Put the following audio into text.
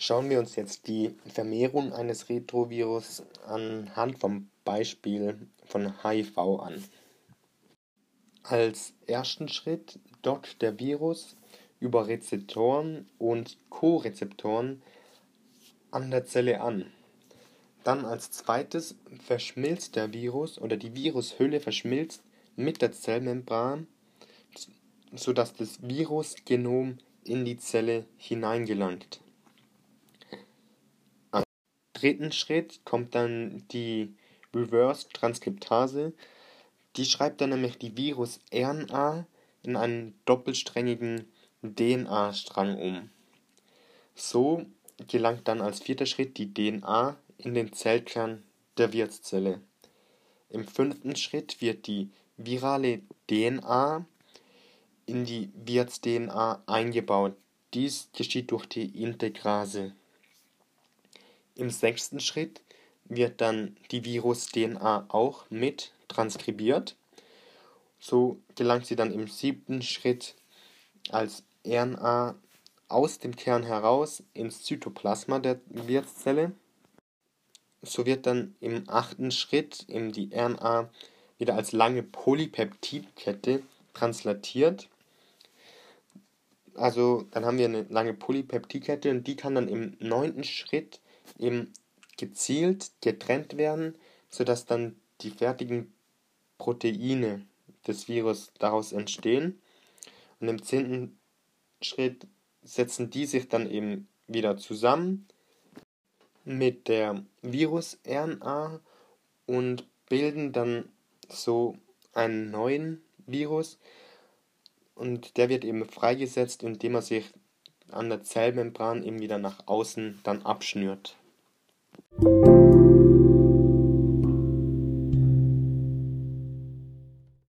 Schauen wir uns jetzt die Vermehrung eines Retrovirus anhand vom Beispiel von HIV an. Als ersten Schritt dockt der Virus über Rezeptoren und Korezeptoren an der Zelle an. Dann als zweites verschmilzt der Virus oder die Virushülle verschmilzt mit der Zellmembran, sodass das Virusgenom in die Zelle hineingelangt. Am dritten Schritt kommt dann die Reverse-Transkriptase. Die schreibt dann nämlich die Virus-RNA in einen doppelsträngigen DNA-Strang um. So gelangt dann als vierter Schritt die DNA in den Zellkern der Wirtszelle. Im fünften Schritt wird die virale DNA in die Wirts-DNA eingebaut. Dies geschieht durch die Integrase. Im sechsten Schritt wird dann die Virus-DNA auch mit transkribiert. So gelangt sie dann im siebten Schritt als RNA aus dem Kern heraus ins Zytoplasma der Wirtszelle. So wird dann im achten Schritt die RNA wieder als lange Polypeptidkette translatiert. Also dann haben wir eine lange Polypeptidkette und die kann dann im neunten Schritt eben gezielt getrennt werden, sodass dann die fertigen Proteine des Virus daraus entstehen. Und im 10. Schritt setzen die sich dann eben wieder zusammen mit der Virus-RNA und bilden dann so einen neuen Virus. Und der wird eben freigesetzt, indem er sich an der Zellmembran eben wieder nach außen dann abschnürt.